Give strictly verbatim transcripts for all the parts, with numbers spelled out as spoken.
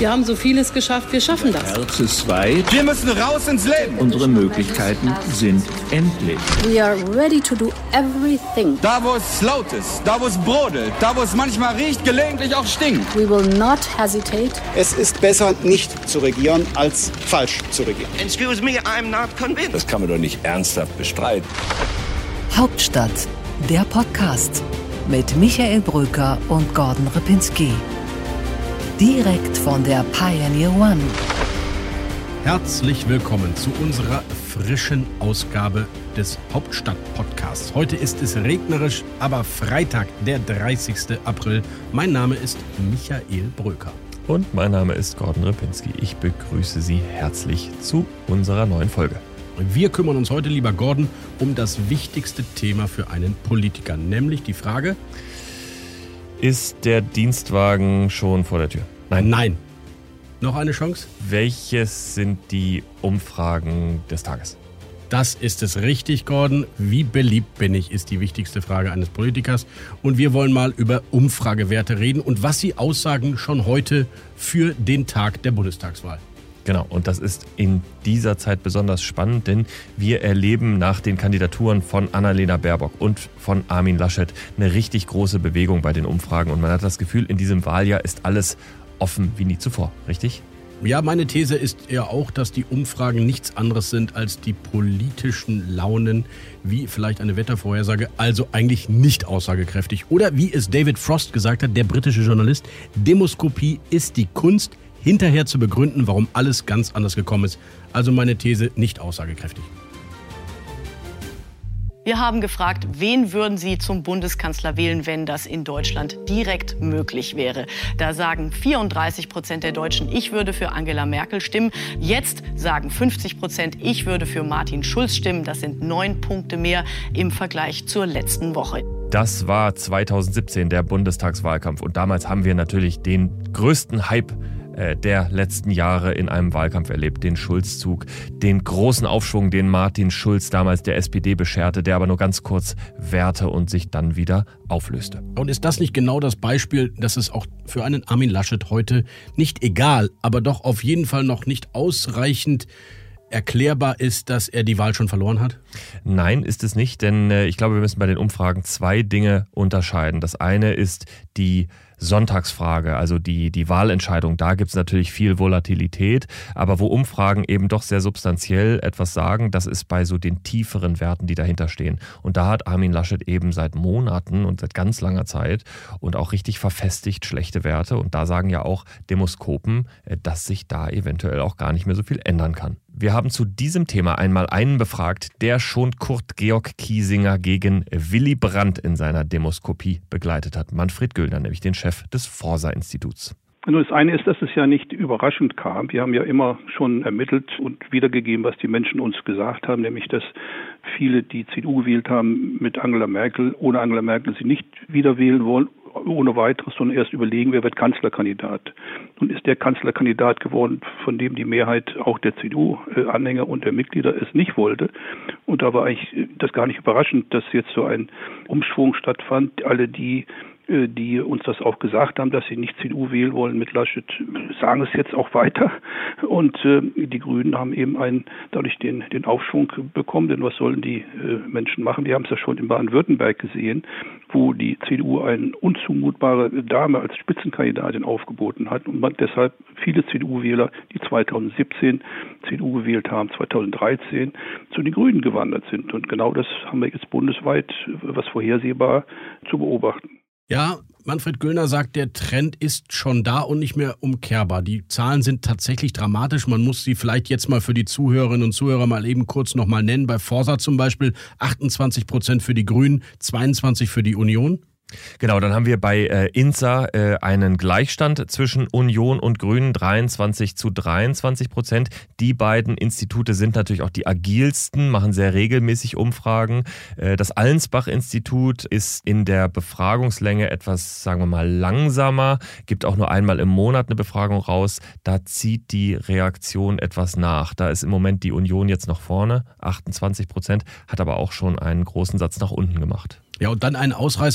Wir haben so vieles geschafft, wir schaffen das. Herz ist weit. Wir müssen raus ins Leben. Unsere Möglichkeiten sind endlich. We are ready to do everything. Da, wo es laut ist, da, wo es brodelt, da, wo es manchmal riecht, gelegentlich auch stinkt. We will not hesitate. Es ist besser, nicht zu regieren, als falsch zu regieren. Excuse me, I'm not convinced. Das kann man doch nicht ernsthaft bestreiten. Hauptstadt, der Podcast mit Michael Bröker und Gordon Ripinski. Direkt von der Pioneer One. Herzlich willkommen zu unserer frischen Ausgabe des Hauptstadt-Podcasts. Heute ist es regnerisch, aber Freitag, der dreißigsten April. Mein Name ist Michael Bröker. Und mein Name ist Gordon Ripinski. Ich begrüße Sie herzlich zu unserer neuen Folge. Wir kümmern uns heute, lieber Gordon, um das wichtigste Thema für einen Politiker, nämlich die Frage: Ist der Dienstwagen schon vor der Tür? Nein. Nein. Noch eine Chance? Welches sind die Umfragen des Tages? Das ist es richtig, Gordon. Wie beliebt bin ich, ist die wichtigste Frage eines Politikers. Und wir wollen mal über Umfragewerte reden und was sie aussagen schon heute für den Tag der Bundestagswahl. Genau, und das ist in dieser Zeit besonders spannend, denn wir erleben nach den Kandidaturen von Annalena Baerbock und von Armin Laschet eine richtig große Bewegung bei den Umfragen. Und man hat das Gefühl, in diesem Wahljahr ist alles offen wie nie zuvor, richtig? Ja, meine These ist eher auch, dass die Umfragen nichts anderes sind als die politischen Launen, wie vielleicht eine Wettervorhersage, also eigentlich nicht aussagekräftig. Oder wie es David Frost gesagt hat, der britische Journalist: Demoskopie ist die Kunst, hinterher zu begründen, warum alles ganz anders gekommen ist. Also meine These, nicht aussagekräftig. Wir haben gefragt, wen würden Sie zum Bundeskanzler wählen, wenn das in Deutschland direkt möglich wäre. Da sagen vierunddreißig Prozent der Deutschen, ich würde für Angela Merkel stimmen. Jetzt sagen fünfzig Prozent, ich würde für Martin Schulz stimmen. Das sind neun Punkte mehr im Vergleich zur letzten Woche. Das war zweitausendsiebzehn, der Bundestagswahlkampf. Und damals haben wir natürlich den größten Hype der letzten Jahre in einem Wahlkampf erlebt, den Schulz-Zug, den großen Aufschwung, den Martin Schulz damals der S P D bescherte, der aber nur ganz kurz währte und sich dann wieder auflöste. Und ist das nicht genau das Beispiel, dass es auch für einen Armin Laschet heute nicht egal, aber doch auf jeden Fall noch nicht ausreichend erklärbar ist, dass er die Wahl schon verloren hat? Nein, ist es nicht, denn äh, ich glaube, wir müssen bei den Umfragen zwei Dinge unterscheiden. Das eine ist die Sonntagsfrage, also die, die Wahlentscheidung. Da gibt es natürlich viel Volatilität, aber wo Umfragen eben doch sehr substanziell etwas sagen, das ist bei so den tieferen Werten, die dahinter stehen. Und da hat Armin Laschet eben seit Monaten und seit ganz langer Zeit und auch richtig verfestigt schlechte Werte. Und da sagen ja auch Demoskopen, dass sich da eventuell auch gar nicht mehr so viel ändern kann. Wir haben zu diesem Thema einmal einen befragt, der schon Kurt Georg Kiesinger gegen Willy Brandt in seiner Demoskopie begleitet hat. Manfred Göllner, nämlich den Chef des Forsa-Instituts. Also das eine ist, dass es ja nicht überraschend kam. Wir haben ja immer schon ermittelt und wiedergegeben, was die Menschen uns gesagt haben, nämlich dass viele, die C D U gewählt haben, mit Angela Merkel, ohne Angela Merkel sie nicht wieder wählen wollen, ohne weiteres, sondern erst überlegen, wer wird Kanzlerkandidat. Nun ist der Kanzlerkandidat geworden, von dem die Mehrheit auch der C D U-Anhänger und der Mitglieder es nicht wollte. Und da war eigentlich das gar nicht überraschend, dass jetzt so ein Umschwung stattfand. Alle die, die uns das auch gesagt haben, dass sie nicht C D U wählen wollen mit Laschet, sagen es jetzt auch weiter. Und äh, die Grünen haben eben einen, dadurch den, den Aufschwung bekommen. Denn was sollen die äh, Menschen machen? Die haben es ja schon in Baden-Württemberg gesehen, wo die C D U eine unzumutbare Dame als Spitzenkandidatin aufgeboten hat. Und man deshalb viele C D U-Wähler, die zweitausendsiebzehn C D U gewählt haben, zweitausenddreizehn zu den Grünen gewandert sind. Und genau das haben wir jetzt bundesweit, was vorhersehbar, zu beobachten. Ja, Manfred Göllner sagt, der Trend ist schon da und nicht mehr umkehrbar. Die Zahlen sind tatsächlich dramatisch. Man muss sie vielleicht jetzt mal für die Zuhörerinnen und Zuhörer mal eben kurz nochmal nennen. Bei Forsa zum Beispiel achtundzwanzig Prozent für die Grünen, zweiundzwanzig Prozent für die Union. Genau, dann haben wir bei äh, INSA äh, einen Gleichstand zwischen Union und Grünen, dreiundzwanzig zu dreiundzwanzig Prozent. Die beiden Institute sind natürlich auch die agilsten, machen sehr regelmäßig Umfragen. Äh, das Allensbach-Institut ist in der Befragungslänge etwas, sagen wir mal, langsamer, gibt auch nur einmal im Monat eine Befragung raus. Da zieht die Reaktion etwas nach. Da ist im Moment die Union jetzt noch vorne, achtundzwanzig Prozent, hat aber auch schon einen großen Satz nach unten gemacht. Ja, und dann ein Ausreißer bei der Vorstellung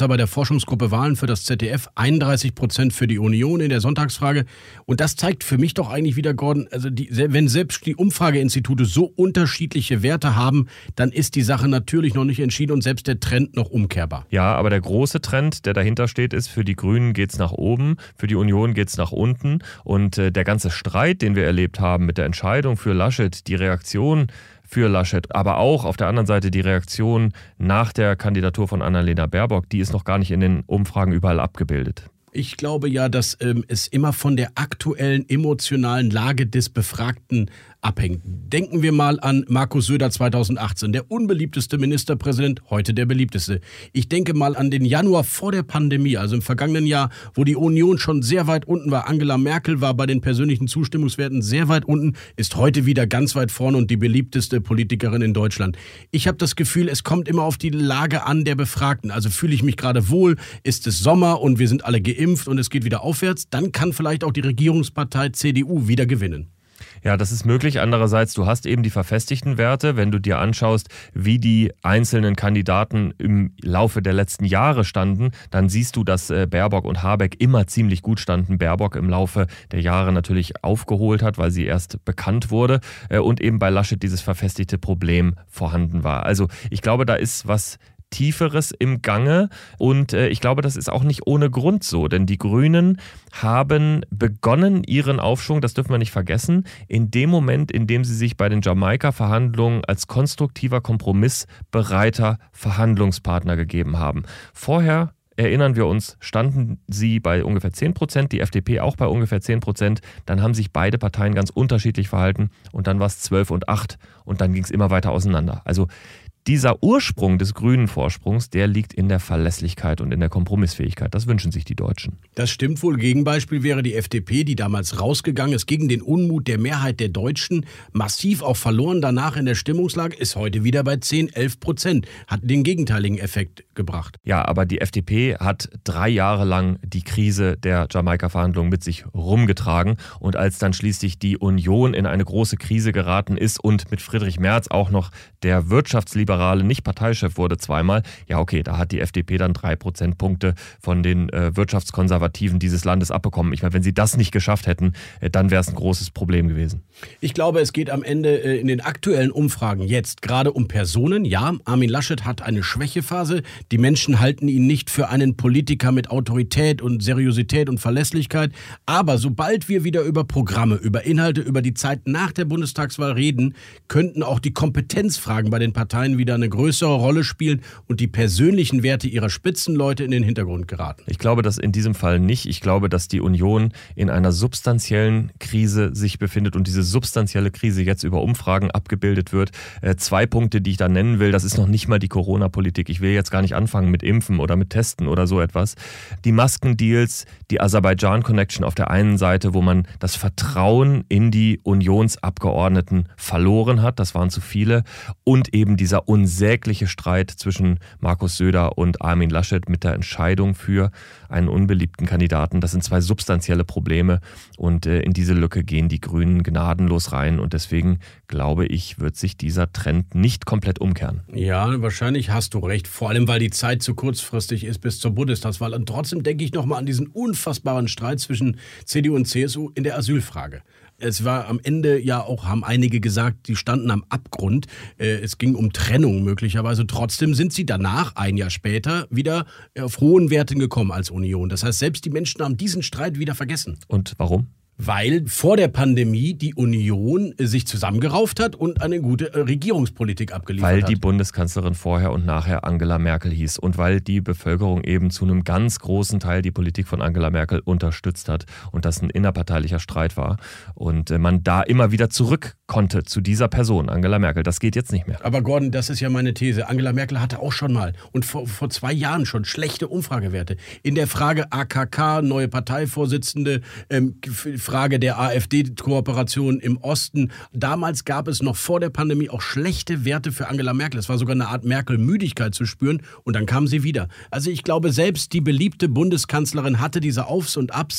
Forschungsgruppe Wahlen für das Z D F, einunddreißig Prozent für die Union in der Sonntagsfrage. Und das zeigt für mich doch eigentlich wieder, Gordon, also die, wenn selbst die Umfrageinstitute so unterschiedliche Werte haben, dann ist die Sache natürlich noch nicht entschieden und selbst der Trend noch umkehrbar. Ja, aber der große Trend, der dahinter steht, ist, für die Grünen geht es nach oben, für die Union geht es nach unten. Und äh, der ganze Streit, den wir erlebt haben mit der Entscheidung für Laschet, die Reaktion für Laschet, aber auch auf der anderen Seite die Reaktion nach der Kandidatur von Annalena Baerbock, die ist noch gar nicht in den Umfragen überall abgebildet. Ich glaube ja, dass ähm, es immer von der aktuellen emotionalen Lage des Befragten abhängt. Denken wir mal an Markus Söder zweitausendachtzehn, der unbeliebteste Ministerpräsident, heute der beliebteste. Ich denke mal an den Januar vor der Pandemie, also im vergangenen Jahr, wo die Union schon sehr weit unten war. Angela Merkel war bei den persönlichen Zustimmungswerten sehr weit unten, ist heute wieder ganz weit vorne und die beliebteste Politikerin in Deutschland. Ich habe das Gefühl, es kommt immer auf die Lage an der Befragten. Also fühle ich mich gerade wohl, ist es Sommer und wir sind alle geimpft und es geht wieder aufwärts, dann kann vielleicht auch die Regierungspartei C D U wieder gewinnen. Ja, das ist möglich. Andererseits, du hast eben die verfestigten Werte. Wenn du dir anschaust, wie die einzelnen Kandidaten im Laufe der letzten Jahre standen, dann siehst du, dass Baerbock und Habeck immer ziemlich gut standen. Baerbock im Laufe der Jahre natürlich aufgeholt hat, weil sie erst bekannt wurde und eben bei Laschet dieses verfestigte Problem vorhanden war. Also ich glaube, da ist was Tieferes im Gange und äh, ich glaube, das ist auch nicht ohne Grund so, denn die Grünen haben begonnen ihren Aufschwung, das dürfen wir nicht vergessen, in dem Moment, in dem sie sich bei den Jamaika-Verhandlungen als konstruktiver, kompromissbereiter Verhandlungspartner gegeben haben. Vorher, erinnern wir uns, standen sie bei ungefähr zehn Prozent, die F D P auch bei ungefähr zehn Prozent. Dann haben sich beide Parteien ganz unterschiedlich verhalten und dann war es zwölf und acht und dann ging es immer weiter auseinander. Also dieser Ursprung des grünen Vorsprungs, der liegt in der Verlässlichkeit und in der Kompromissfähigkeit. Das wünschen sich die Deutschen. Das stimmt wohl. Gegenbeispiel wäre die F D P, die damals rausgegangen ist gegen den Unmut der Mehrheit der Deutschen, massiv auch verloren danach in der Stimmungslage, ist heute wieder bei zehn, elf Prozent. Hat den gegenteiligen Effekt gebracht. Ja, aber die F D P hat drei Jahre lang die Krise der Jamaika-Verhandlungen mit sich rumgetragen. Und als dann schließlich die Union in eine große Krise geraten ist und mit Friedrich Merz auch noch der Wirtschaftsliberale nicht Parteichef wurde zweimal, ja okay, da hat die F D P dann drei Prozentpunkte von den äh, Wirtschaftskonservativen dieses Landes abbekommen. Ich meine, wenn sie das nicht geschafft hätten, äh, dann wäre es ein großes Problem gewesen. Ich glaube, es geht am Ende äh, in den aktuellen Umfragen jetzt gerade um Personen. Ja, Armin Laschet hat eine Schwächephase. Die Menschen halten ihn nicht für einen Politiker mit Autorität und Seriosität und Verlässlichkeit. Aber sobald wir wieder über Programme, über Inhalte, über die Zeit nach der Bundestagswahl reden, könnten auch die Kompetenzfragen bei den Parteien wieder eine größere Rolle spielen und die persönlichen Werte ihrer Spitzenleute in den Hintergrund geraten. Ich glaube das in diesem Fall nicht. Ich glaube, dass die Union in einer substanziellen Krise sich befindet und diese substanzielle Krise jetzt über Umfragen abgebildet wird. Äh, zwei Punkte, die ich da nennen will, das ist noch nicht mal die Corona-Politik. Ich will jetzt gar nicht anfangen mit Impfen oder mit Testen oder so etwas. Die Maskendeals, die Aserbaidschan-Connection auf der einen Seite, wo man das Vertrauen in die Unionsabgeordneten verloren hat, das waren zu viele, und eben dieser unsägliche Streit zwischen Markus Söder und Armin Laschet mit der Entscheidung für einen unbeliebten Kandidaten. Das sind zwei substanzielle Probleme und äh, in diese Lücke gehen die Grünen gnadenlos rein und deswegen glaube ich, wird sich dieser Trend nicht komplett umkehren. Ja, wahrscheinlich hast du recht, vor allem weil die Zeit zu kurzfristig ist bis zur Bundestagswahl und trotzdem denke ich nochmal an diesen unfassbaren Streit zwischen C D U und C S U in der Asylfrage. Es war am Ende ja auch, haben einige gesagt, die standen am Abgrund. Es ging um Trennung möglicherweise. Trotzdem sind sie danach, ein Jahr später, wieder auf hohen Werten gekommen als Union. Das heißt, selbst die Menschen haben diesen Streit wieder vergessen. Und warum? Weil vor der Pandemie die Union sich zusammengerauft hat und eine gute Regierungspolitik abgeliefert hat. Weil hat. die Bundeskanzlerin vorher und nachher Angela Merkel hieß und weil die Bevölkerung eben zu einem ganz großen Teil die Politik von Angela Merkel unterstützt hat und das ein innerparteilicher Streit war und man da immer wieder zurück konnte zu dieser Person, Angela Merkel. Das geht jetzt nicht mehr. Aber Gordon, das ist ja meine These. Angela Merkel hatte auch schon mal und vor, vor zwei Jahren schon schlechte Umfragewerte. In der Frage A K K, neue Parteivorsitzende, ähm, Frage der AfD-Kooperation im Osten. Damals gab es noch vor der Pandemie auch schlechte Werte für Angela Merkel. Es war sogar eine Art Merkel-Müdigkeit zu spüren und dann kam sie wieder. Also ich glaube, selbst die beliebte Bundeskanzlerin hatte diese Aufs und Abs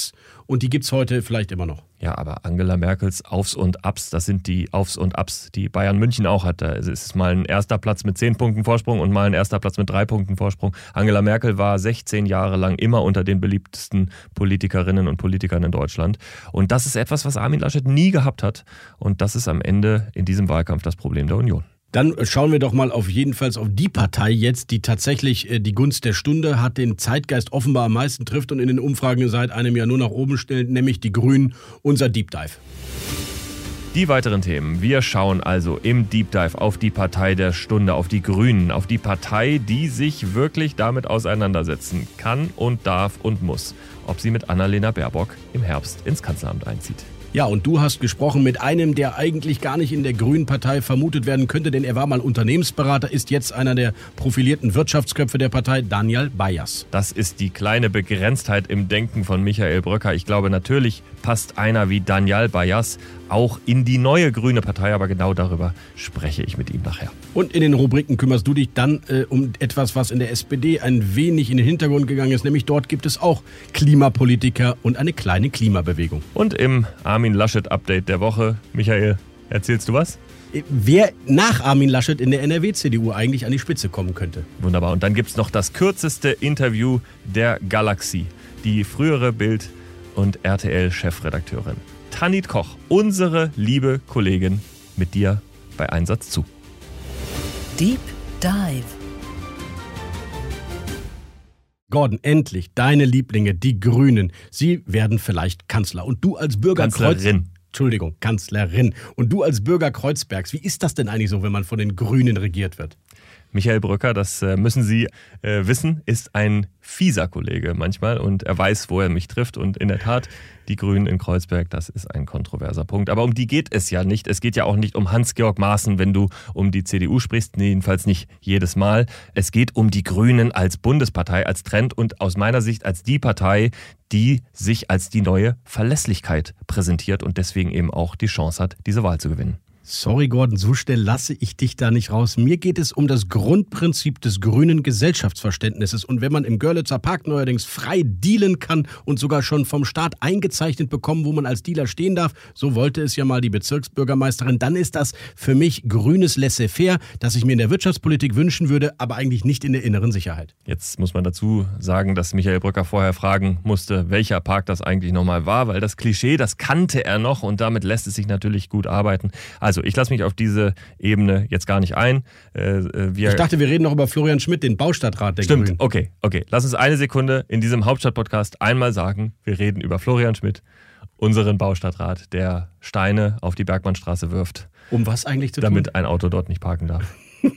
und die gibt's heute vielleicht immer noch. Ja, aber Angela Merkels Aufs und Abs, das sind die Aufs und Abs, die Bayern München auch hat. Es ist mal ein erster Platz mit zehn Punkten Vorsprung und mal ein erster Platz mit drei Punkten Vorsprung. Angela Merkel war sechzehn Jahre lang immer unter den beliebtesten Politikerinnen und Politikern in Deutschland. Und das ist etwas, was Armin Laschet nie gehabt hat. Und das ist am Ende in diesem Wahlkampf das Problem der Union. Dann schauen wir doch mal auf jedenfalls auf die Partei jetzt, die tatsächlich äh, die Gunst der Stunde hat, den Zeitgeist offenbar am meisten trifft und in den Umfragen seit einem Jahr nur nach oben stellt, nämlich die Grünen, unser Deep Dive. Die weiteren Themen. Wir schauen also im Deep Dive auf die Partei der Stunde, auf die Grünen, auf die Partei, die sich wirklich damit auseinandersetzen kann und darf und muss, ob sie mit Annalena Baerbock im Herbst ins Kanzleramt einzieht. Ja, und du hast gesprochen mit einem, der eigentlich gar nicht in der Grünen Partei vermutet werden könnte, denn er war mal Unternehmensberater, ist jetzt einer der profilierten Wirtschaftsköpfe der Partei, Daniel Bayers. Das ist die kleine Begrenztheit im Denken von Michael Bröcker. Ich glaube, natürlich passt einer wie Daniel Bayers auch in die neue Grüne Partei, aber genau darüber spreche ich mit ihm nachher. Und in den Rubriken kümmerst du dich dann äh, um etwas, was in der S P D ein wenig in den Hintergrund gegangen ist, nämlich dort gibt es auch Klimapolitiker und eine kleine Klimabewegung. Und im Armin Laschet-Update der Woche, Michael, erzählst du was? Wer nach Armin Laschet in der N R W-C D U eigentlich an die Spitze kommen könnte. Wunderbar. Und dann gibt es noch das kürzeste Interview der Galaxie. Die frühere Bild- und R T L-Chefredakteurin Tanit Koch, unsere liebe Kollegin, mit dir bei Einsatz zu. Deep Dive. Gordon, endlich, deine Lieblinge, die Grünen, sie werden vielleicht Kanzler. Und du als Bürger Kanzlerin. Kreuz... Entschuldigung, Kanzlerin. Und du als Bürger Kreuzbergs, wie ist das denn eigentlich so, wenn man von den Grünen regiert wird? Michael Bröcker, das äh, müssen Sie äh, wissen, ist ein fieser Kollege manchmal und er weiß, wo er mich trifft. Und in der Tat, die Grünen in Kreuzberg, das ist ein kontroverser Punkt. Aber um die geht es ja nicht. Es geht ja auch nicht um Hans-Georg Maaßen, wenn du um die C D U sprichst. Nee, jedenfalls nicht jedes Mal. Es geht um die Grünen als Bundespartei, als Trend und aus meiner Sicht als die Partei, die sich als die neue Verlässlichkeit präsentiert und deswegen eben auch die Chance hat, diese Wahl zu gewinnen. Sorry, Gordon, so schnell lasse ich dich da nicht raus. Mir geht es um das Grundprinzip des grünen Gesellschaftsverständnisses. Und wenn man im Görlitzer Park neuerdings frei dealen kann und sogar schon vom Staat eingezeichnet bekommen, wo man als Dealer stehen darf, so wollte es ja mal die Bezirksbürgermeisterin, dann ist das für mich grünes Laissez-faire, das ich mir in der Wirtschaftspolitik wünschen würde, aber eigentlich nicht in der inneren Sicherheit. Jetzt muss man dazu sagen, dass Michael Bröcker vorher fragen musste, welcher Park das eigentlich nochmal war, weil das Klischee, das kannte er noch und damit lässt es sich natürlich gut arbeiten. Also Also, ich lasse mich auf diese Ebene jetzt gar nicht ein. Äh, wir ich dachte, wir reden noch über Florian Schmidt, den Baustadtrat der Stimmt, Grünen. okay, okay. Lass uns eine Sekunde in diesem Hauptstadt-Podcast einmal sagen, wir reden über Florian Schmidt, unseren Baustadtrat, der Steine auf die Bergmannstraße wirft. Um was eigentlich zu damit tun? Damit ein Auto dort nicht parken darf.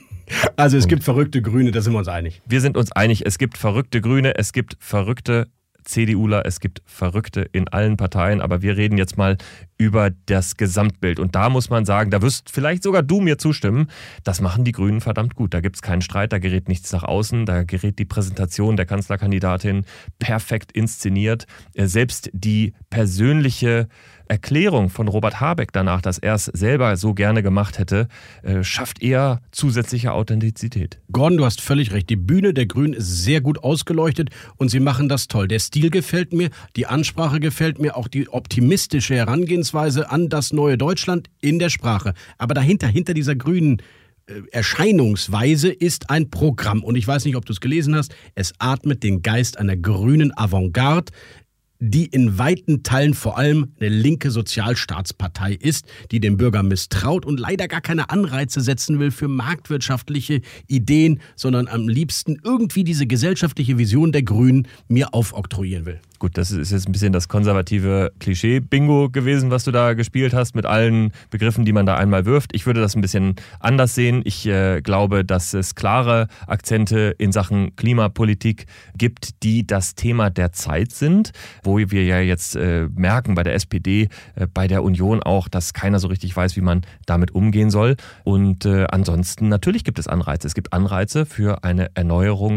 Also es gibt verrückte Grüne, da sind wir uns einig. Wir sind uns einig, es gibt verrückte Grüne, es gibt verrückte CDUler, es gibt Verrückte in allen Parteien, aber wir reden jetzt mal über das Gesamtbild. Und da muss man sagen, da wirst vielleicht sogar du mir zustimmen, das machen die Grünen verdammt gut. Da gibt es keinen Streit, da gerät nichts nach außen, da gerät die Präsentation der Kanzlerkandidatin perfekt inszeniert. Selbst die persönliche Erklärung von Robert Habeck danach, dass er es selber so gerne gemacht hätte, äh, schafft eher zusätzliche Authentizität. Gordon, du hast völlig recht. Die Bühne der Grünen ist sehr gut ausgeleuchtet und sie machen das toll. Der Stil gefällt mir, die Ansprache gefällt mir, auch die optimistische Herangehensweise an das neue Deutschland in der Sprache. Aber dahinter, hinter dieser grünen äh, Erscheinungsweise ist ein Programm. Und ich weiß nicht, ob du es gelesen hast, es atmet den Geist einer grünen Avantgarde, die in weiten Teilen vor allem eine linke Sozialstaatspartei ist, die dem Bürger misstraut und leider gar keine Anreize setzen will für marktwirtschaftliche Ideen, sondern am liebsten irgendwie diese gesellschaftliche Vision der Grünen mir aufoktroyieren will. Gut, das ist jetzt ein bisschen das konservative Klischee-Bingo gewesen, was du da gespielt hast, mit allen Begriffen, die man da einmal wirft. Ich würde das ein bisschen anders sehen. Ich äh, glaube, dass es klare Akzente in Sachen Klimapolitik gibt, die das Thema der Zeit sind, wo wir ja jetzt äh, merken bei der S P D, äh, bei der Union auch, dass keiner so richtig weiß, wie man damit umgehen soll. Und äh, ansonsten, natürlich gibt es Anreize. Es gibt Anreize für eine Erneuerung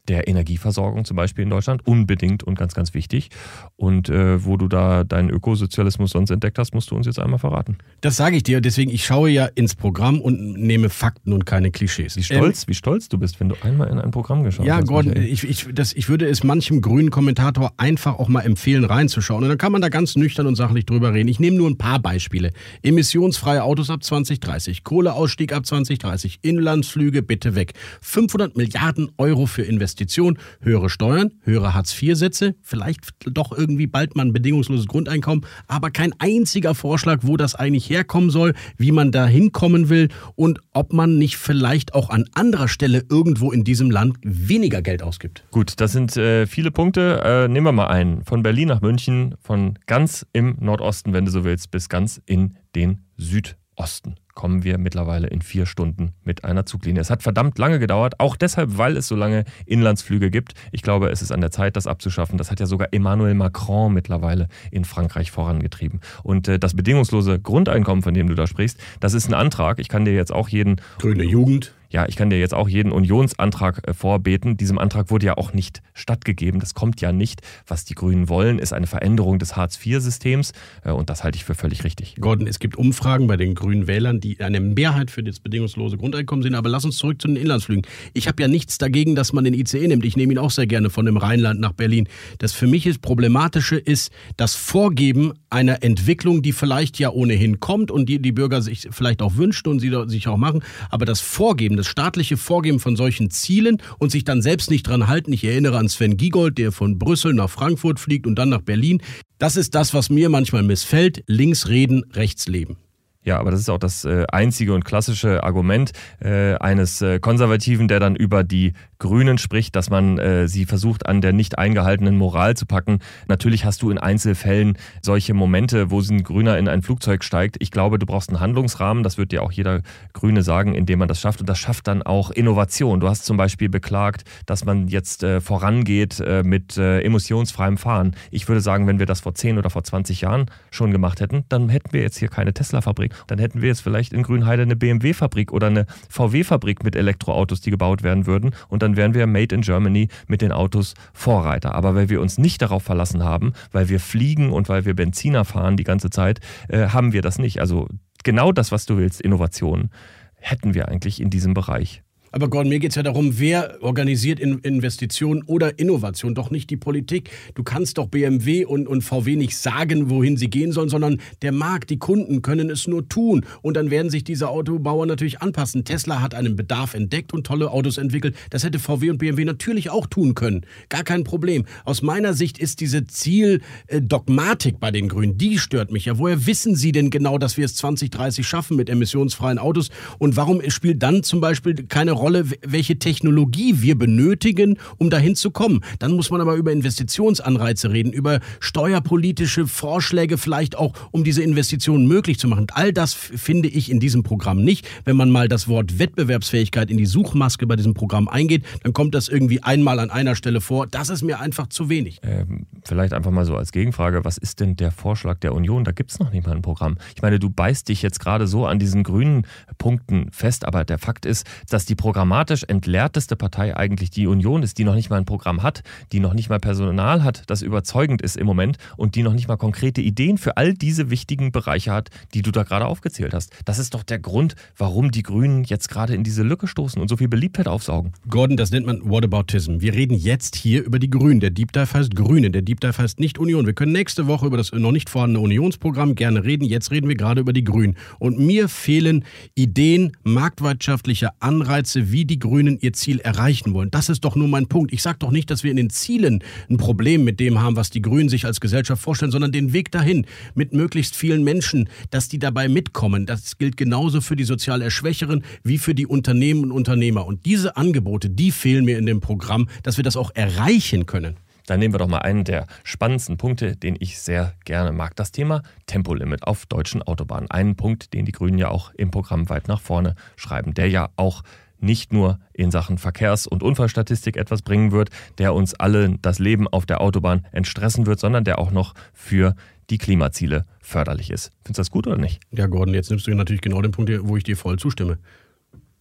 der Energieversorgung zum Beispiel in Deutschland, unbedingt und ganz, ganz wichtig. Und äh, wo du da deinen Ökosozialismus sonst entdeckt hast, musst du uns jetzt einmal verraten. Das sage ich dir, deswegen, ich schaue ja ins Programm und nehme Fakten und keine Klischees. Wie stolz, ähm, wie stolz du bist, wenn du einmal in ein Programm geschaut ja, hast. Ja, Gordon, ich, ich, das, ich würde es manchem grünen Kommentator einfach auch mal empfehlen, reinzuschauen. Und dann kann man da ganz nüchtern und sachlich drüber reden. Ich nehme nur ein paar Beispiele. Emissionsfreie Autos ab zwanzig dreißig, Kohleausstieg ab zwanzig dreißig, Inlandsflüge bitte weg. fünfhundert Milliarden Euro für Investitionen, höhere Steuern, höhere Hartz vier Sätze, vielleicht doch irgendwie bald mal ein bedingungsloses Grundeinkommen, aber kein einziger Vorschlag, wo das eigentlich herkommen soll, wie man da hinkommen will und ob man nicht vielleicht auch an anderer Stelle irgendwo in diesem Land weniger Geld ausgibt. Gut, das sind äh, viele Punkte. Äh, nehmen wir mal einen. Von Berlin nach München, von ganz im Nordosten, wenn du so willst, bis ganz in den Südosten. Kommen wir mittlerweile in vier Stunden mit einer Zuglinie. Es hat verdammt lange gedauert, auch deshalb, weil es so lange Inlandsflüge gibt. Ich glaube, es ist an der Zeit, das abzuschaffen. Das hat ja sogar Emmanuel Macron mittlerweile in Frankreich vorangetrieben. Und äh, das bedingungslose Grundeinkommen, von dem du da sprichst, das ist ein Antrag. Ich kann dir jetzt auch jeden... Grüne Jugend. Ja, ich kann dir jetzt auch jeden Unionsantrag äh, vorbeten. Diesem Antrag wurde ja auch nicht stattgegeben. Das kommt ja nicht. Was die Grünen wollen, ist eine Veränderung des Hartz vier Systems. Äh, und das halte ich für völlig richtig. Gordon, es gibt Umfragen bei den grünen Wählern, die eine Mehrheit für das bedingungslose Grundeinkommen sehen. Aber lass uns zurück zu den Inlandsflügen. Ich habe ja nichts dagegen, dass man den I C E nimmt. Ich nehme ihn auch sehr gerne von dem Rheinland nach Berlin. Das für mich ist Problematische ist das Vorgeben einer Entwicklung, die vielleicht ja ohnehin kommt und die die Bürger sich vielleicht auch wünschen und sie sich auch machen. Aber das Vorgeben, das staatliche Vorgeben von solchen Zielen und sich dann selbst nicht dran halten. Ich erinnere an Sven Giegold, der von Brüssel nach Frankfurt fliegt und dann nach Berlin. Das ist das, was mir manchmal missfällt. Links reden, rechts leben. Ja, aber das ist auch das äh, einzige und klassische Argument äh, eines äh, Konservativen, der dann über die Grünen spricht, dass man äh, sie versucht, an der nicht eingehaltenen Moral zu packen. Natürlich hast du in Einzelfällen solche Momente, wo ein Grüner in ein Flugzeug steigt. Ich glaube, du brauchst einen Handlungsrahmen, das wird dir auch jeder Grüne sagen, indem man das schafft. Und das schafft dann auch Innovation. Du hast zum Beispiel beklagt, dass man jetzt äh, vorangeht äh, mit äh, emissionsfreiem Fahren. Ich würde sagen, wenn wir das vor zehn oder vor zwanzig Jahren schon gemacht hätten, dann hätten wir jetzt hier keine Tesla-Fabrik. Dann hätten wir jetzt vielleicht in Grünheide eine B M W-Fabrik oder eine V W-Fabrik mit Elektroautos, die gebaut werden würden. Und dann wären wir Made in Germany mit den Autos Vorreiter. Aber weil wir uns nicht darauf verlassen haben, weil wir fliegen und weil wir Benziner fahren die ganze Zeit, äh, haben wir das nicht. Also genau das, was du willst, Innovation, hätten wir eigentlich in diesem Bereich. Aber Gordon, mir geht es ja darum, wer organisiert Investitionen oder Innovation, doch nicht die Politik. Du kannst doch B M W und, und V W nicht sagen, wohin sie gehen sollen, sondern der Markt, die Kunden können es nur tun. Und dann werden sich diese Autobauer natürlich anpassen. Tesla hat einen Bedarf entdeckt und tolle Autos entwickelt. Das hätte V W und B M W natürlich auch tun können. Gar kein Problem. Aus meiner Sicht ist diese Zieldogmatik bei den Grünen, die stört mich ja. Woher wissen sie denn genau, dass wir es zwanzig dreißig schaffen mit emissionsfreien Autos? Und warum spielt dann zum Beispiel keine Rolle, welche Technologie wir benötigen, um dahin zu kommen? Dann muss man aber über Investitionsanreize reden, über steuerpolitische Vorschläge vielleicht auch, um diese Investitionen möglich zu machen. All das finde ich in diesem Programm nicht. Wenn man mal das Wort Wettbewerbsfähigkeit in die Suchmaske bei diesem Programm eingeht, dann kommt das irgendwie einmal an einer Stelle vor. Das ist mir einfach zu wenig. Ähm, vielleicht einfach mal so als Gegenfrage, was ist denn der Vorschlag der Union? Da gibt es noch nicht mal ein Programm. Ich meine, du beißt dich jetzt gerade so an diesen grünen Punkten fest, aber der Fakt ist, dass die programmatisch entleerteste Partei eigentlich die Union ist, die noch nicht mal ein Programm hat, die noch nicht mal Personal hat, das überzeugend ist im Moment und die noch nicht mal konkrete Ideen für all diese wichtigen Bereiche hat, die du da gerade aufgezählt hast. Das ist doch der Grund, warum die Grünen jetzt gerade in diese Lücke stoßen und so viel Beliebtheit aufsaugen. Gordon, das nennt man Whataboutism. Wir reden jetzt hier über die Grünen. Der Deep Dive heißt Grüne, der Deep Dive heißt nicht Union. Wir können nächste Woche über das noch nicht vorhandene Unionsprogramm gerne reden. Jetzt reden wir gerade über die Grünen. Und mir fehlen Ideen, marktwirtschaftliche Anreize, wie die Grünen ihr Ziel erreichen wollen. Das ist doch nur mein Punkt. Ich sage doch nicht, dass wir in den Zielen ein Problem mit dem haben, was die Grünen sich als Gesellschaft vorstellen, sondern den Weg dahin mit möglichst vielen Menschen, dass die dabei mitkommen. Das gilt genauso für die sozial eher Schwächeren wie für die Unternehmen und Unternehmer. Und diese Angebote, die fehlen mir in dem Programm, dass wir das auch erreichen können. Dann nehmen wir doch mal einen der spannendsten Punkte, den ich sehr gerne mag. Das Thema Tempolimit auf deutschen Autobahnen. Einen Punkt, den die Grünen ja auch im Programm weit nach vorne schreiben, der ja auch nicht nur in Sachen Verkehrs- und Unfallstatistik etwas bringen wird, der uns alle das Leben auf der Autobahn entstressen wird, sondern der auch noch für die Klimaziele förderlich ist. Findest du das gut oder nicht? Ja, Gordon, jetzt nimmst du natürlich genau den Punkt, wo ich dir voll zustimme. Punkt.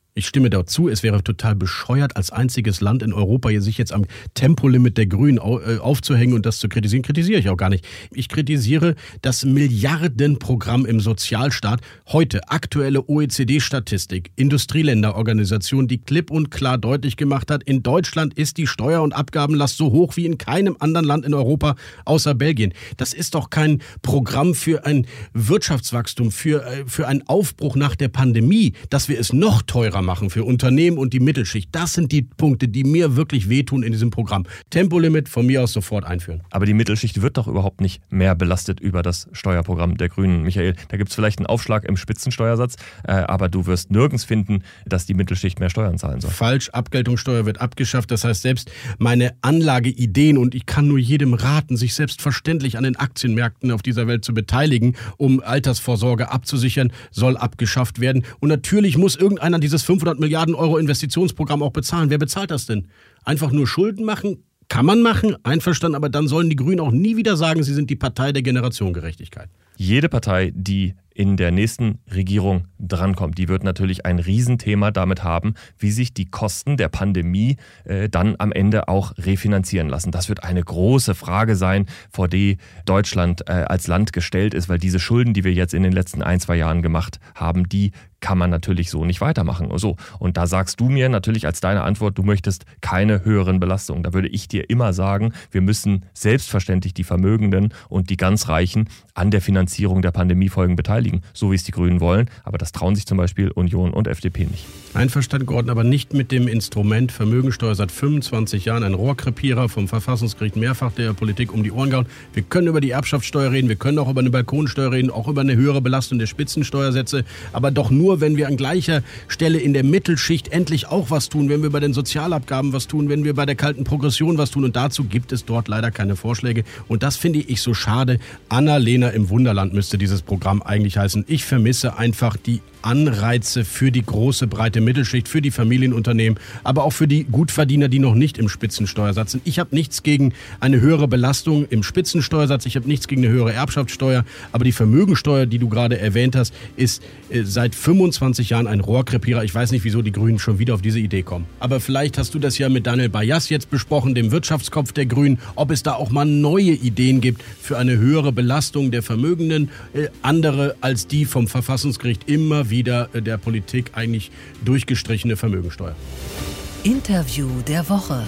Ich stimme dazu, es wäre total bescheuert, als einziges Land in Europa hier sich jetzt am Tempolimit der Grünen aufzuhängen und das zu kritisieren. Kritisiere ich auch gar nicht. Ich kritisiere das Milliardenprogramm im Sozialstaat. Heute aktuelle O E C D-Statistik, Industrieländerorganisation, die klipp und klar deutlich gemacht hat, in Deutschland ist die Steuer- und Abgabenlast so hoch wie in keinem anderen Land in Europa außer Belgien. Das ist doch kein Programm für ein Wirtschaftswachstum, für, für einen Aufbruch nach der Pandemie, dass wir es noch teurer machen für Unternehmen und die Mittelschicht. Das sind die Punkte, die mir wirklich wehtun in diesem Programm. Tempolimit von mir aus sofort einführen. Aber die Mittelschicht wird doch überhaupt nicht mehr belastet über das Steuerprogramm der Grünen, Michael. Da gibt es vielleicht einen Aufschlag im Spitzensteuersatz, äh, aber du wirst nirgends finden, dass die Mittelschicht mehr Steuern zahlen soll. Falsch, Abgeltungssteuer wird abgeschafft. Das heißt, selbst meine Anlageideen, und ich kann nur jedem raten, sich selbstverständlich an den Aktienmärkten auf dieser Welt zu beteiligen, um Altersvorsorge abzusichern, soll abgeschafft werden. Und natürlich muss irgendeiner dieses fünfhundert Milliarden Euro Investitionsprogramm auch bezahlen. Wer bezahlt das denn? Einfach nur Schulden machen? Kann man machen, einverstanden, aber dann sollen die Grünen auch nie wieder sagen, sie sind die Partei der Generationengerechtigkeit. Jede Partei, die in der nächsten Regierung drankommt, die wird natürlich ein Riesenthema damit haben, wie sich die Kosten der Pandemie äh, dann am Ende auch refinanzieren lassen. Das wird eine große Frage sein, vor die Deutschland äh, als Land gestellt ist, weil diese Schulden, die wir jetzt in den letzten ein, zwei Jahren gemacht haben, die kann man natürlich so nicht weitermachen. So. Und da sagst du mir natürlich als deine Antwort, du möchtest keine höheren Belastungen. Da würde ich dir immer sagen, wir müssen selbstverständlich die Vermögenden und die ganz Reichen an der Finanzierung der Pandemiefolgen beteiligen, so wie es die Grünen wollen. Aber das trauen sich zum Beispiel Union und F D P nicht. Einverstanden, Gordon, aber nicht mit dem Instrument Vermögensteuer seit fünfundzwanzig Jahren. Ein Rohrkrepierer vom Verfassungsgericht mehrfach der Politik um die Ohren gehauen. Wir können über die Erbschaftssteuer reden, wir können auch über eine Balkonsteuer reden, auch über eine höhere Belastung der Spitzensteuersätze, aber doch nur, wenn wir an gleicher Stelle in der Mittelschicht endlich auch was tun, wenn wir bei den Sozialabgaben was tun, wenn wir bei der kalten Progression was tun. Und dazu gibt es dort leider keine Vorschläge. Und das finde ich so schade. Anna-Lena im Wunderland müsste dieses Programm eigentlich heißen. Ich vermisse einfach die Anreize für die große, breite Mittelschicht, für die Familienunternehmen, aber auch für die Gutverdiener, die noch nicht im Spitzensteuersatz sind. Ich habe nichts gegen eine höhere Belastung im Spitzensteuersatz, ich habe nichts gegen eine höhere Erbschaftssteuer, aber die Vermögensteuer, die du gerade erwähnt hast, ist äh, seit fünfundzwanzig Jahren ein Rohrkrepierer. Ich weiß nicht, wieso die Grünen schon wieder auf diese Idee kommen. Aber vielleicht hast du das ja mit Daniel Bayas jetzt besprochen, dem Wirtschaftskopf der Grünen, ob es da auch mal neue Ideen gibt für eine höhere Belastung der Vermögenden, äh, andere als die vom Verfassungsgericht immer wieder der Politik eigentlich durchgestrichene Vermögensteuer. Interview der Woche.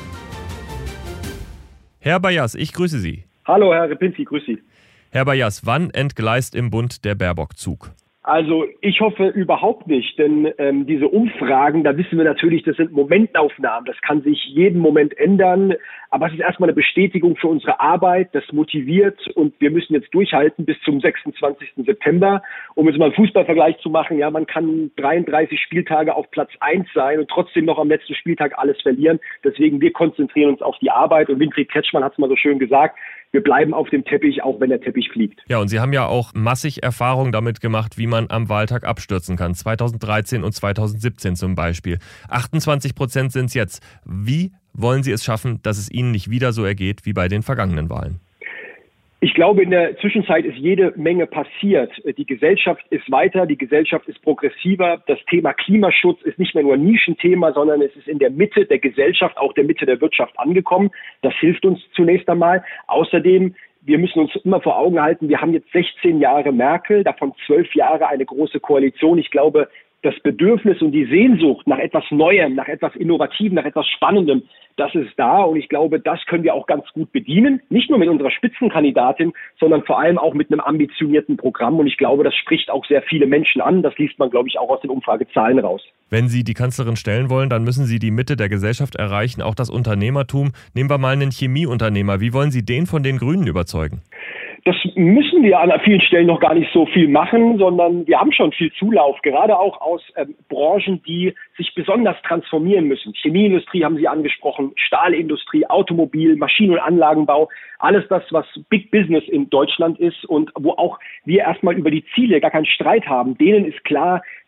Herr Bayas, ich grüße Sie. Hallo, Herr Repinski, grüße Sie. Herr Bayas, wann entgleist im Bund der Baerbock-Zug? Also ich hoffe überhaupt nicht, denn ähm, diese Umfragen, da wissen wir natürlich, das sind Momentaufnahmen, das kann sich jeden Moment ändern, aber es ist erstmal eine Bestätigung für unsere Arbeit, das motiviert und wir müssen jetzt durchhalten bis zum sechsundzwanzigsten September, um jetzt mal einen Fußballvergleich zu machen. Ja, man kann dreiunddreißig Spieltage auf Platz eins sein und trotzdem noch am letzten Spieltag alles verlieren, deswegen wir konzentrieren uns auf die Arbeit und Winfried Kretschmann hat es mal so schön gesagt, wir bleiben auf dem Teppich, auch wenn der Teppich fliegt. Ja, und Sie haben ja auch massig Erfahrung damit gemacht, wie man am Wahltag abstürzen kann. zweitausenddreizehn und zweitausendsiebzehn zum Beispiel. achtundzwanzig Prozent sind es jetzt. Wie wollen Sie es schaffen, dass es Ihnen nicht wieder so ergeht wie bei den vergangenen Wahlen? Ich glaube, in der Zwischenzeit ist jede Menge passiert. Die Gesellschaft ist weiter, die Gesellschaft ist progressiver. Das Thema Klimaschutz ist nicht mehr nur ein Nischenthema, sondern es ist in der Mitte der Gesellschaft, auch der Mitte der Wirtschaft angekommen. Das hilft uns zunächst einmal. Außerdem, wir müssen uns immer vor Augen halten, wir haben jetzt sechzehn Jahre Merkel, davon zwölf Jahre eine große Koalition. Ich glaube, das Bedürfnis und die Sehnsucht nach etwas Neuem, nach etwas Innovativem, nach etwas Spannendem, das ist da und ich glaube, das können wir auch ganz gut bedienen. Nicht nur mit unserer Spitzenkandidatin, sondern vor allem auch mit einem ambitionierten Programm und ich glaube, das spricht auch sehr viele Menschen an. Das liest man, glaube ich, auch aus den Umfragezahlen raus. Wenn Sie die Kanzlerin stellen wollen, dann müssen Sie die Mitte der Gesellschaft erreichen, auch das Unternehmertum. Nehmen wir mal einen Chemieunternehmer. Wie wollen Sie den von den Grünen überzeugen? Das müssen wir an vielen Stellen noch gar nicht so viel machen, sondern wir haben schon viel Zulauf, gerade auch aus ähm, Branchen, die sich besonders transformieren müssen. Chemieindustrie haben Sie angesprochen, Stahlindustrie, Automobil, Maschinen- und Anlagenbau, alles das, was Big Business in Deutschland ist und wo auch wir erstmal über die Ziele gar keinen Streit haben. Denen ist klar,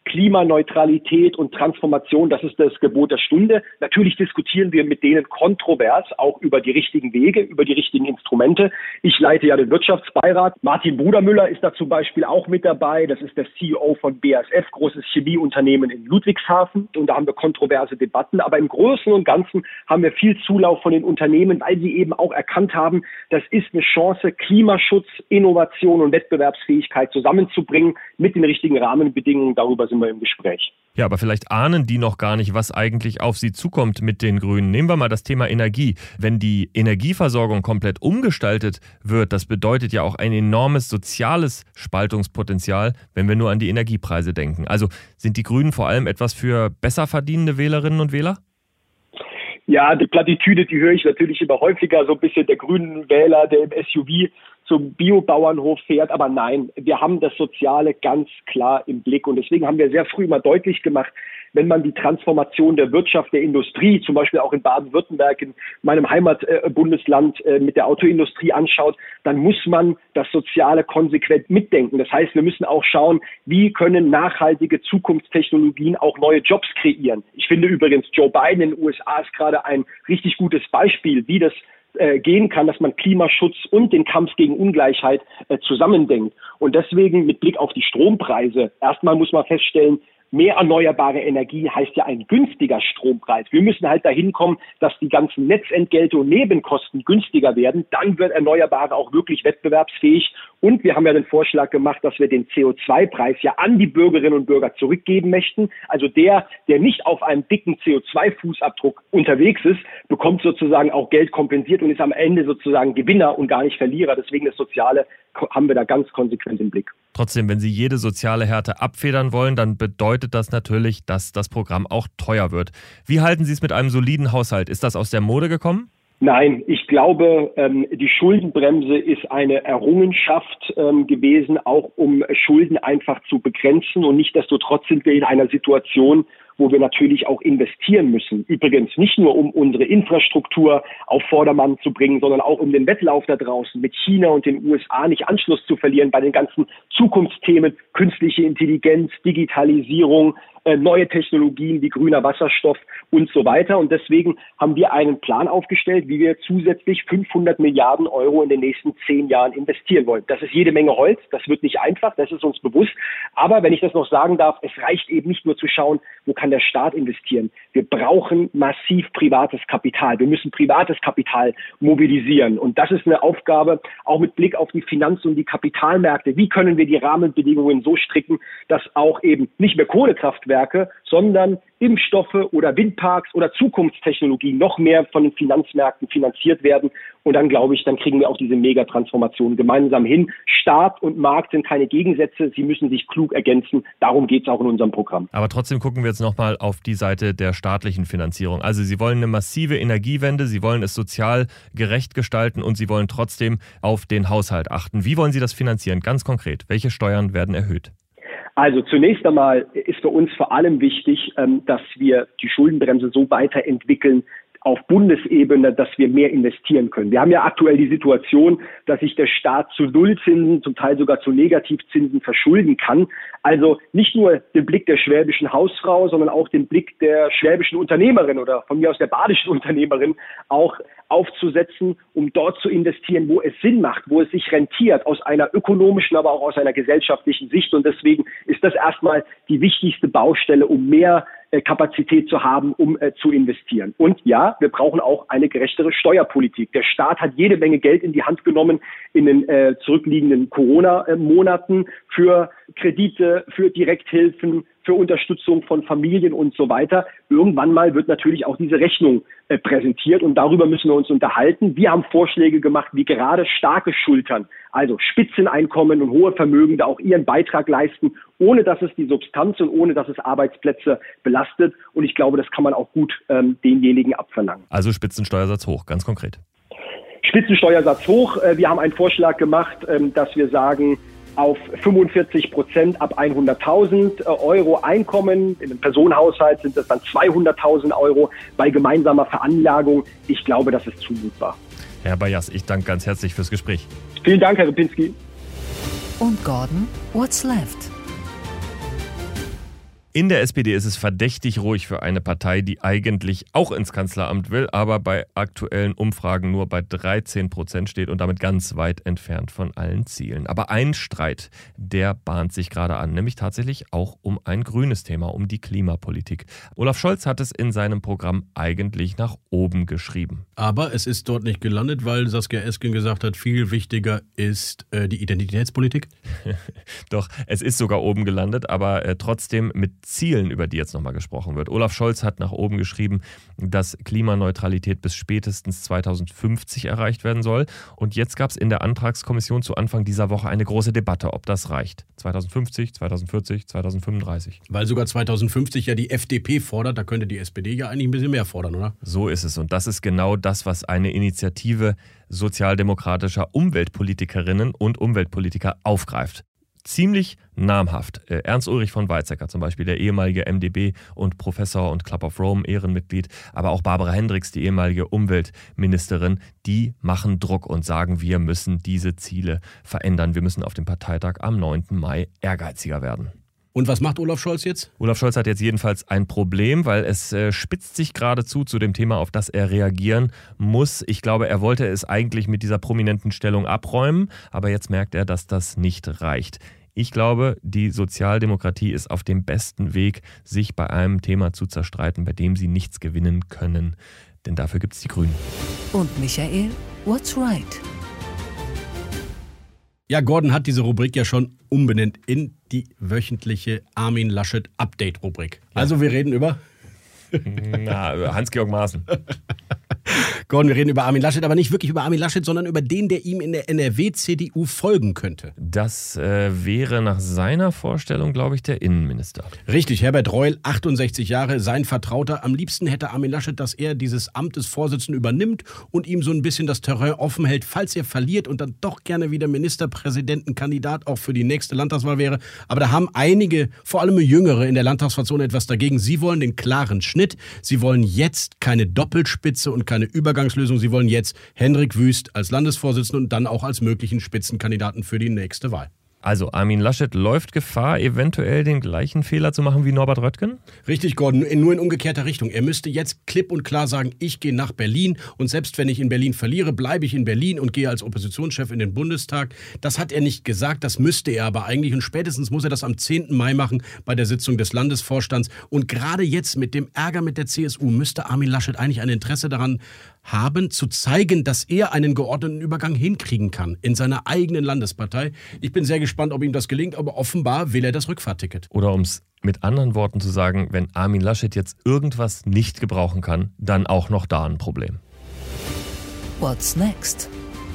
Klimaneutralität und Transformation, das ist das Gebot der Stunde. Natürlich diskutieren wir mit denen kontrovers auch über die richtigen Wege, über die richtigen Instrumente. Ich leite ja den Wirtschaftsbeirat. Martin Brudermüller ist da zum Beispiel auch mit dabei. Das ist der C E O von B A S F, großes Chemieunternehmen in Ludwigshafen. Und da haben wir kontroverse Debatten. Aber im Großen und Ganzen haben wir viel Zulauf von den Unternehmen, weil sie eben auch erkannt haben, das ist eine Chance, Klimaschutz, Innovation und Wettbewerbsfähigkeit zusammenzubringen mit den richtigen Rahmenbedingungen. Darüber sind wir im Gespräch. Ja, aber vielleicht ahnen die noch gar nicht, was eigentlich auf sie zukommt mit den Grünen. Nehmen wir mal das Thema Energie. Wenn die Energieversorgung komplett umgestaltet wird, das bedeutet ja auch ein enormes soziales Spaltungspotenzial, wenn wir nur an die Energiepreise denken. Also sind die Grünen vor allem etwas für besser verdienende Wählerinnen und Wähler? Ja, die Plattitüde, die höre ich natürlich immer häufiger, so ein bisschen der grünen Wähler, der im S U V zum Biobauernhof fährt. Aber nein, wir haben das Soziale ganz klar im Blick. Und deswegen haben wir sehr früh mal deutlich gemacht, wenn man die Transformation der Wirtschaft, der Industrie, zum Beispiel auch in Baden-Württemberg, in meinem Heimatbundesland mit der Autoindustrie anschaut, dann muss man das Soziale konsequent mitdenken. Das heißt, wir müssen auch schauen, wie können nachhaltige Zukunftstechnologien auch neue Jobs kreieren. Ich finde übrigens, Joe Biden in den U S A ist gerade ein richtig gutes Beispiel, wie das äh, gehen kann, dass man Klimaschutz und den Kampf gegen Ungleichheit äh, zusammendenkt. Und deswegen mit Blick auf die Strompreise, erstmal muss man feststellen, mehr erneuerbare Energie heißt ja ein günstiger Strompreis. Wir müssen halt dahin kommen, dass die ganzen Netzentgelte und Nebenkosten günstiger werden. Dann wird Erneuerbare auch wirklich wettbewerbsfähig. Und wir haben ja den Vorschlag gemacht, dass wir den C O zwei Preis ja an die Bürgerinnen und Bürger zurückgeben möchten. Also der, der nicht auf einem dicken C O zwei Fußabdruck unterwegs ist, bekommt sozusagen auch Geld kompensiert und ist am Ende sozusagen Gewinner und gar nicht Verlierer. Deswegen das Soziale haben wir da ganz konsequent im Blick. Trotzdem, wenn Sie jede soziale Härte abfedern wollen, dann bedeutet das natürlich, dass das Programm auch teuer wird. Wie halten Sie es mit einem soliden Haushalt? Ist das aus der Mode gekommen? Nein, ich glaube, ähm, die Schuldenbremse ist eine Errungenschaft ähm, gewesen, auch um Schulden einfach zu begrenzen. Und nichtsdestotrotz sind wir in einer Situation, wo wir natürlich auch investieren müssen. Übrigens nicht nur, um unsere Infrastruktur auf Vordermann zu bringen, sondern auch um den Wettlauf da draußen mit China und den U S A nicht Anschluss zu verlieren bei den ganzen Zukunftsthemen, künstliche Intelligenz, Digitalisierung, äh, neue Technologien wie grüner Wasserstoff und so weiter. Und deswegen haben wir einen Plan aufgestellt, wie wir zusätzlich fünfhundert Milliarden Euro in den nächsten zehn Jahren investieren wollen. Das ist jede Menge Holz, das wird nicht einfach, das ist uns bewusst. Aber wenn ich das noch sagen darf, es reicht eben nicht nur zu schauen, wo kann der Staat investieren. Wir brauchen massiv privates Kapital. Wir müssen privates Kapital mobilisieren. Und das ist eine Aufgabe, auch mit Blick auf die Finanz- und die Kapitalmärkte. Wie können wir die Rahmenbedingungen so stricken, dass auch eben nicht mehr Kohlekraftwerke, sondern Impfstoffe oder Windparks oder Zukunftstechnologien noch mehr von den Finanzmärkten finanziert werden. Und dann, glaube ich, dann kriegen wir auch diese Megatransformation gemeinsam hin. Staat und Markt sind keine Gegensätze, sie müssen sich klug ergänzen. Darum geht es auch in unserem Programm. Aber trotzdem gucken wir jetzt nochmal auf die Seite der staatlichen Finanzierung. Also Sie wollen eine massive Energiewende, Sie wollen es sozial gerecht gestalten und Sie wollen trotzdem auf den Haushalt achten. Wie wollen Sie das finanzieren? Ganz konkret, welche Steuern werden erhöht? Also zunächst einmal ist für uns vor allem wichtig, dass wir die Schuldenbremse so weiterentwickeln auf Bundesebene, dass wir mehr investieren können. Wir haben ja aktuell die Situation, dass sich der Staat zu Nullzinsen, zum Teil sogar zu Negativzinsen verschulden kann. Also nicht nur den Blick der schwäbischen Hausfrau, sondern auch den Blick der schwäbischen Unternehmerin oder von mir aus der badischen Unternehmerin auch aufzusetzen, um dort zu investieren, wo es Sinn macht, wo es sich rentiert, aus einer ökonomischen, aber auch aus einer gesellschaftlichen Sicht. Und deswegen ist das erstmal die wichtigste Baustelle, um mehr äh, Kapazität zu haben, um äh, zu investieren. Und ja, wir brauchen auch eine gerechtere Steuerpolitik. Der Staat hat jede Menge Geld in die Hand genommen in den äh, zurückliegenden Corona-Monaten für Kredite, für Direkthilfen, für Unterstützung von Familien und so weiter. Irgendwann mal wird natürlich auch diese Rechnung äh, präsentiert und darüber müssen wir uns unterhalten. Wir haben Vorschläge gemacht, wie gerade starke Schultern, also Spitzeneinkommen und hohe Vermögen, da auch ihren Beitrag leisten, ohne dass es die Substanz und ohne dass es Arbeitsplätze belastet. Und ich glaube, das kann man auch gut ähm, denjenigen abverlangen. Also Spitzensteuersatz hoch, ganz konkret. Spitzensteuersatz hoch. Äh, wir haben einen Vorschlag gemacht, ähm, dass wir sagen, auf fünfundvierzig Prozent ab hunderttausend Euro Einkommen. In einem Personenhaushalt sind das dann zweihunderttausend Euro bei gemeinsamer Veranlagung. Ich glaube, das ist zumutbar. Herr Bayas, ich danke ganz herzlich fürs Gespräch. Vielen Dank, Herr Ripinski. Und Gordon, what's left? In der S P D ist es verdächtig ruhig für eine Partei, die eigentlich auch ins Kanzleramt will, aber bei aktuellen Umfragen nur bei dreizehn Prozent steht und damit ganz weit entfernt von allen Zielen. Aber ein Streit, der bahnt sich gerade an, nämlich tatsächlich auch um ein grünes Thema, um die Klimapolitik. Olaf Scholz hat es in seinem Programm eigentlich nach oben geschrieben. Aber es ist dort nicht gelandet, weil Saskia Esken gesagt hat, viel wichtiger ist äh, die Identitätspolitik. Doch, es ist sogar oben gelandet, aber äh, trotzdem mit Zielen, über die jetzt nochmal gesprochen wird. Olaf Scholz hat nach oben geschrieben, dass Klimaneutralität bis spätestens zweitausendfünfzig erreicht werden soll. Und jetzt gab es in der Antragskommission zu Anfang dieser Woche eine große Debatte, ob das reicht. zweitausendfünfzig, zweitausendvierzig, zweitausendfünfunddreißig. Weil sogar zweitausendfünfzig ja die F D P fordert, da könnte die S P D ja eigentlich ein bisschen mehr fordern, oder? So ist es. Und das ist genau das, was eine Initiative sozialdemokratischer Umweltpolitikerinnen und Umweltpolitiker aufgreift. Ziemlich namhaft. Ernst-Ulrich von Weizsäcker zum Beispiel, der ehemalige M d B und Professor und Club of Rome Ehrenmitglied, aber auch Barbara Hendricks, die ehemalige Umweltministerin, die machen Druck und sagen, wir müssen diese Ziele verändern. Wir müssen auf dem Parteitag am neunten Mai ehrgeiziger werden. Und was macht Olaf Scholz jetzt? Olaf Scholz hat jetzt jedenfalls ein Problem, weil es äh, spitzt sich geradezu zu dem Thema, auf das er reagieren muss. Ich glaube, er wollte es eigentlich mit dieser prominenten Stellung abräumen, aber jetzt merkt er, dass das nicht reicht. Ich glaube, die Sozialdemokratie ist auf dem besten Weg, sich bei einem Thema zu zerstreiten, bei dem sie nichts gewinnen können. Denn dafür gibt es die Grünen. Und Michael, what's right? Ja, Gordon hat diese Rubrik ja schon umbenannt in die wöchentliche Armin Laschet Update-Rubrik. Ja. Also wir reden über... Na, Hans-Georg Maaßen. Gordon, wir reden über Armin Laschet, aber nicht wirklich über Armin Laschet, sondern über den, der ihm in der N R W-C D U folgen könnte. Das äh, wäre nach seiner Vorstellung, glaube ich, der Innenminister. Richtig, Herbert Reul, achtundsechzig Jahre, sein Vertrauter. Am liebsten hätte Armin Laschet, dass er dieses Amt des Vorsitzenden übernimmt und ihm so ein bisschen das Terrain offen hält, falls er verliert und dann doch gerne wieder Ministerpräsidentenkandidat auch für die nächste Landtagswahl wäre. Aber da haben einige, vor allem Jüngere in der Landtagsfraktion etwas dagegen. Sie wollen den klaren Schnitt. Sie wollen jetzt keine Doppelspitze und keine Übergangslösung. Sie wollen jetzt Hendrik Wüst als Landesvorsitzenden und dann auch als möglichen Spitzenkandidaten für die nächste Wahl. Also Armin Laschet läuft Gefahr, eventuell den gleichen Fehler zu machen wie Norbert Röttgen? Richtig, Gordon, nur in umgekehrter Richtung. Er müsste jetzt klipp und klar sagen, ich gehe nach Berlin und selbst wenn ich in Berlin verliere, bleibe ich in Berlin und gehe als Oppositionschef in den Bundestag. Das hat er nicht gesagt, das müsste er aber eigentlich und spätestens muss er das am zehnten Mai machen bei der Sitzung des Landesvorstands. Und gerade jetzt mit dem Ärger mit der C S U müsste Armin Laschet eigentlich ein Interesse daran haben, zu zeigen, dass er einen geordneten Übergang hinkriegen kann in seiner eigenen Landespartei. Ich bin sehr gespannt, ob ihm das gelingt, aber offenbar will er das Rückfahrtticket. Oder um es mit anderen Worten zu sagen, wenn Armin Laschet jetzt irgendwas nicht gebrauchen kann, dann auch noch da ein Problem. What's next?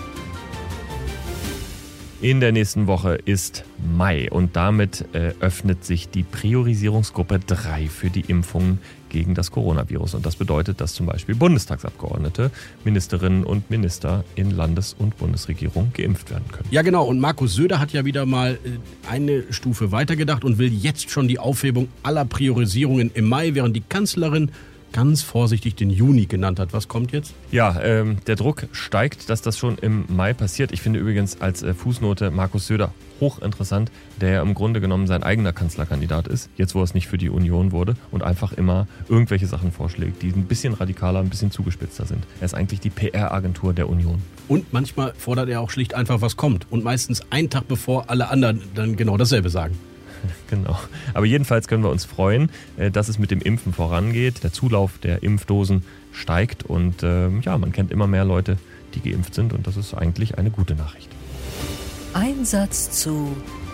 In der nächsten Woche ist Mai und damit äh, öffnet sich die Priorisierungsgruppe drei für die Impfungen gegen das Coronavirus. Und das bedeutet, dass zum Beispiel Bundestagsabgeordnete, Ministerinnen und Minister in Landes- und Bundesregierung geimpft werden können. Ja genau, und Markus Söder hat ja wieder mal eine Stufe weitergedacht und will jetzt schon die Aufhebung aller Priorisierungen im Mai, während die Kanzlerin ganz vorsichtig den Juni genannt hat. Was kommt jetzt? Ja, ähm, der Druck steigt, dass das schon im Mai passiert. Ich finde übrigens als äh, Fußnote Markus Söder hochinteressant, der ja im Grunde genommen sein eigener Kanzlerkandidat ist, jetzt wo er es nicht für die Union wurde und einfach immer irgendwelche Sachen vorschlägt, die ein bisschen radikaler, ein bisschen zugespitzter sind. Er ist eigentlich die P R-Agentur der Union. Und manchmal fordert er auch schlicht einfach, was kommt. Und meistens einen Tag bevor alle anderen dann genau dasselbe sagen. Genau. Aber jedenfalls können wir uns freuen, dass es mit dem Impfen vorangeht. Der Zulauf der Impfdosen steigt und äh, ja, man kennt immer mehr Leute, die geimpft sind und das ist eigentlich eine gute Nachricht. Ein Satz zu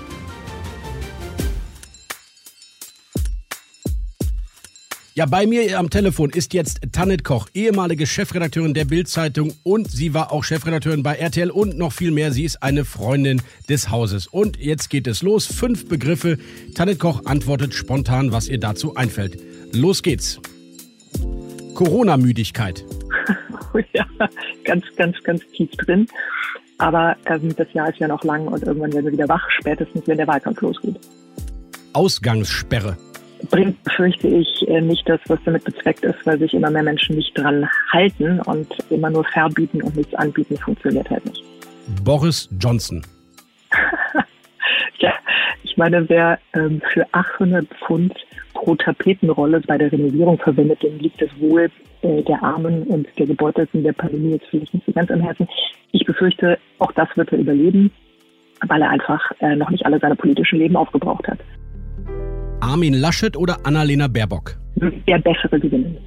Ja, bei mir am Telefon ist jetzt Tanit Koch, ehemalige Chefredakteurin der Bild-Zeitung und sie war auch Chefredakteurin bei R T L und noch viel mehr. Sie ist eine Freundin des Hauses. Und jetzt geht es los. Fünf Begriffe. Tanit Koch antwortet spontan, was ihr dazu einfällt. Los geht's. Corona-Müdigkeit. Ja, ganz, ganz, ganz tief drin. Aber ähm, das Jahr ist ja noch lang und irgendwann werden wir wieder wach, spätestens wenn der Wahlkampf losgeht. Ausgangssperre. Bringt, fürchte ich, nicht das, was damit bezweckt ist, weil sich immer mehr Menschen nicht dran halten und immer nur verbieten und nichts anbieten, funktioniert halt nicht. Boris Johnson. Ja, ich meine, wer ähm, für achthundert Pfund Pro-Tapetenrolle bei der Renovierung verwendet, dem liegt das Wohl äh, der Armen und der Gebeutelten der Pandemie jetzt vielleicht nicht so ganz am Herzen. Ich befürchte, auch das wird er überleben, weil er einfach äh, noch nicht alle seine politischen Leben aufgebraucht hat. Armin Laschet oder Annalena Baerbock? Der bessere gewinnen.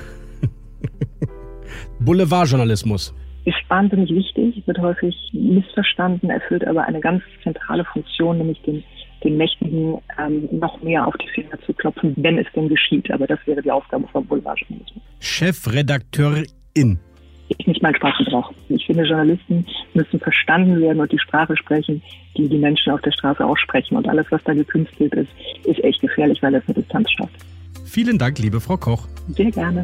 Boulevardjournalismus. Ist wahnsinnig wichtig, wird häufig missverstanden, erfüllt aber eine ganz zentrale Funktion, nämlich den, den Mächtigen ähm, noch mehr auf die Finger zu klopfen, wenn es denn geschieht. Aber das wäre die Aufgabe von Boulevardjournalismus. Chefredakteurin. Ich nicht mein Sprachgebrauch. Ich finde, Journalisten müssen verstanden werden und die Sprache sprechen, die die Menschen auf der Straße auch sprechen. Und alles, was da gekünstelt ist, ist echt gefährlich, weil es eine Distanz schafft. Vielen Dank, liebe Frau Koch. Sehr gerne.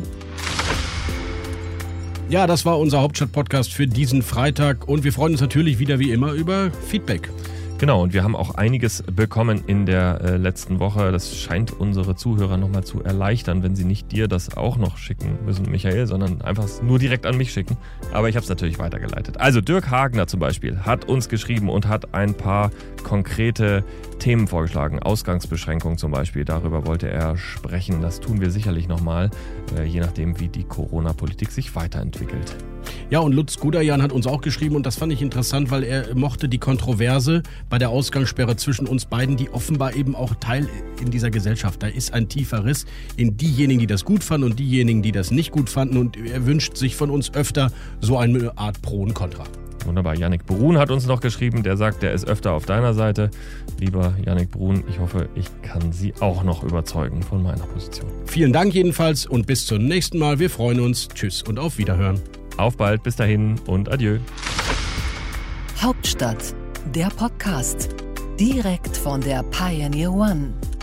Ja, das war unser Hauptstadt-Podcast für diesen Freitag und wir freuen uns natürlich wieder wie immer über Feedback. Genau, und wir haben auch einiges bekommen in der äh, letzten Woche. Das scheint unsere Zuhörer nochmal zu erleichtern, wenn sie nicht dir das auch noch schicken müssen, Michael, sondern einfach nur direkt an mich schicken. Aber ich habe es natürlich weitergeleitet. Also Dirk Hagner zum Beispiel hat uns geschrieben und hat ein paar konkrete Themen vorgeschlagen. Ausgangsbeschränkung zum Beispiel, darüber wollte er sprechen. Das tun wir sicherlich nochmal, äh, je nachdem, wie die Corona-Politik sich weiterentwickelt. Ja, und Lutz Guderjan hat uns auch geschrieben und das fand ich interessant, weil er mochte die Kontroverse bei der Ausgangssperre zwischen uns beiden, die offenbar eben auch Teil in dieser Gesellschaft. Da ist ein tiefer Riss in diejenigen, die das gut fanden und diejenigen, die das nicht gut fanden und er wünscht sich von uns öfter so eine Art Pro und Contra. Wunderbar. Yannick Brun hat uns noch geschrieben, der sagt, der ist öfter auf deiner Seite. Lieber Yannick Brun, ich hoffe, ich kann Sie auch noch überzeugen von meiner Position. Vielen Dank jedenfalls und bis zum nächsten Mal. Wir freuen uns. Tschüss und auf Wiederhören. Auf bald, bis dahin und adieu. Hauptstadt, der Podcast. Direkt von der Pioneer One.